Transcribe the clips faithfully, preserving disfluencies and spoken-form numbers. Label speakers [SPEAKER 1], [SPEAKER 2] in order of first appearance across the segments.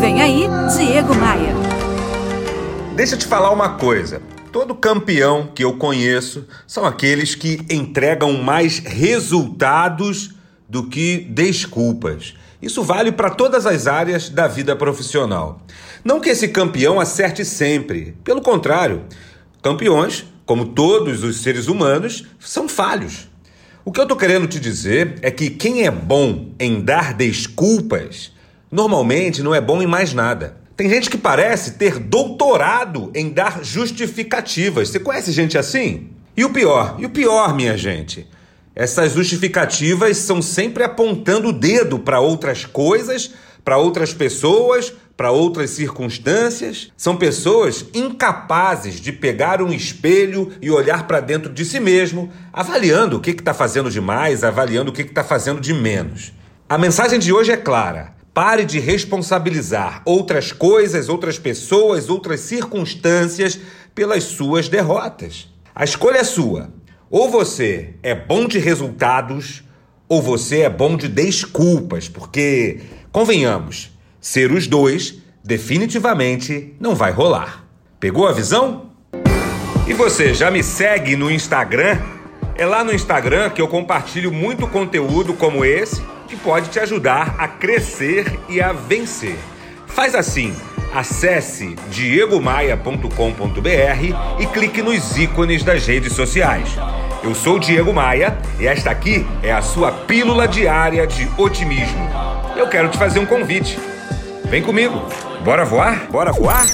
[SPEAKER 1] Vem aí, Diego Maia.
[SPEAKER 2] Deixa eu te falar uma coisa. Todo campeão que eu conheço são aqueles que entregam mais resultados do que desculpas. Isso vale para todas as áreas da vida profissional. Não que esse campeão acerte sempre. Pelo contrário, campeões, como todos os seres humanos, são falhos. O que eu estou querendo te dizer é que quem é bom em dar desculpas, normalmente não é bom em mais nada. Tem gente que parece ter doutorado em dar justificativas. Você conhece gente assim? E o pior, e o pior, minha gente, essas justificativas são sempre apontando o dedo para outras coisas, para outras pessoas, para outras circunstâncias. São pessoas incapazes de pegar um espelho e olhar para dentro de si mesmo, avaliando o que está fazendo de mais, avaliando o que está fazendo de menos. A mensagem de hoje é clara. Pare de responsabilizar outras coisas, outras pessoas, outras circunstâncias pelas suas derrotas. A escolha é sua. Ou você é bom de resultados, ou você é bom de desculpas, porque, convenhamos, ser os dois definitivamente não vai rolar. Pegou a visão? E você já me segue no Instagram? É lá no Instagram que eu compartilho muito conteúdo como esse, que pode te ajudar a crescer e a vencer. Faz assim, acesse diego maia ponto com ponto b r e clique nos ícones das redes sociais. Eu sou Diego Maia e esta aqui é a sua pílula diária de otimismo. Eu quero te fazer um convite. Vem comigo. Bora voar? Bora voar?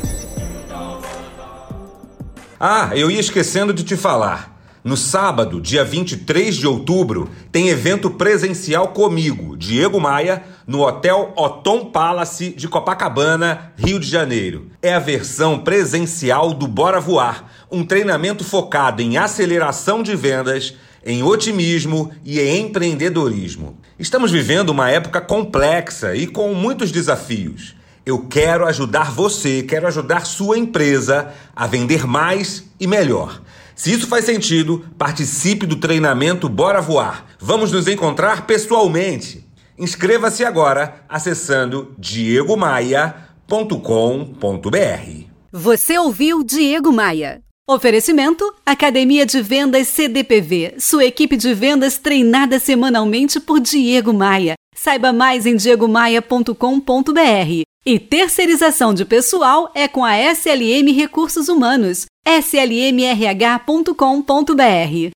[SPEAKER 2] Ah, eu ia esquecendo de te falar. No sábado, dia vinte e três de outubro, tem evento presencial comigo, Diego Maia, no Hotel Othon Palace de Copacabana, Rio de Janeiro. É a versão presencial do Bora Voar, um treinamento focado em aceleração de vendas, em otimismo e em empreendedorismo. Estamos vivendo uma época complexa e com muitos desafios. Eu quero ajudar você, quero ajudar sua empresa a vender mais e melhor. Se isso faz sentido, participe do treinamento Bora Voar. Vamos nos encontrar pessoalmente. Inscreva-se agora acessando diego maia ponto com ponto b r.
[SPEAKER 1] Você ouviu Diego Maia. Oferecimento: Academia de Vendas C D P V. Sua equipe de vendas treinada semanalmente por Diego Maia. Saiba mais em diego maia ponto com ponto b r. E terceirização de pessoal é com a S L M Recursos Humanos. S L M R H ponto com ponto b r.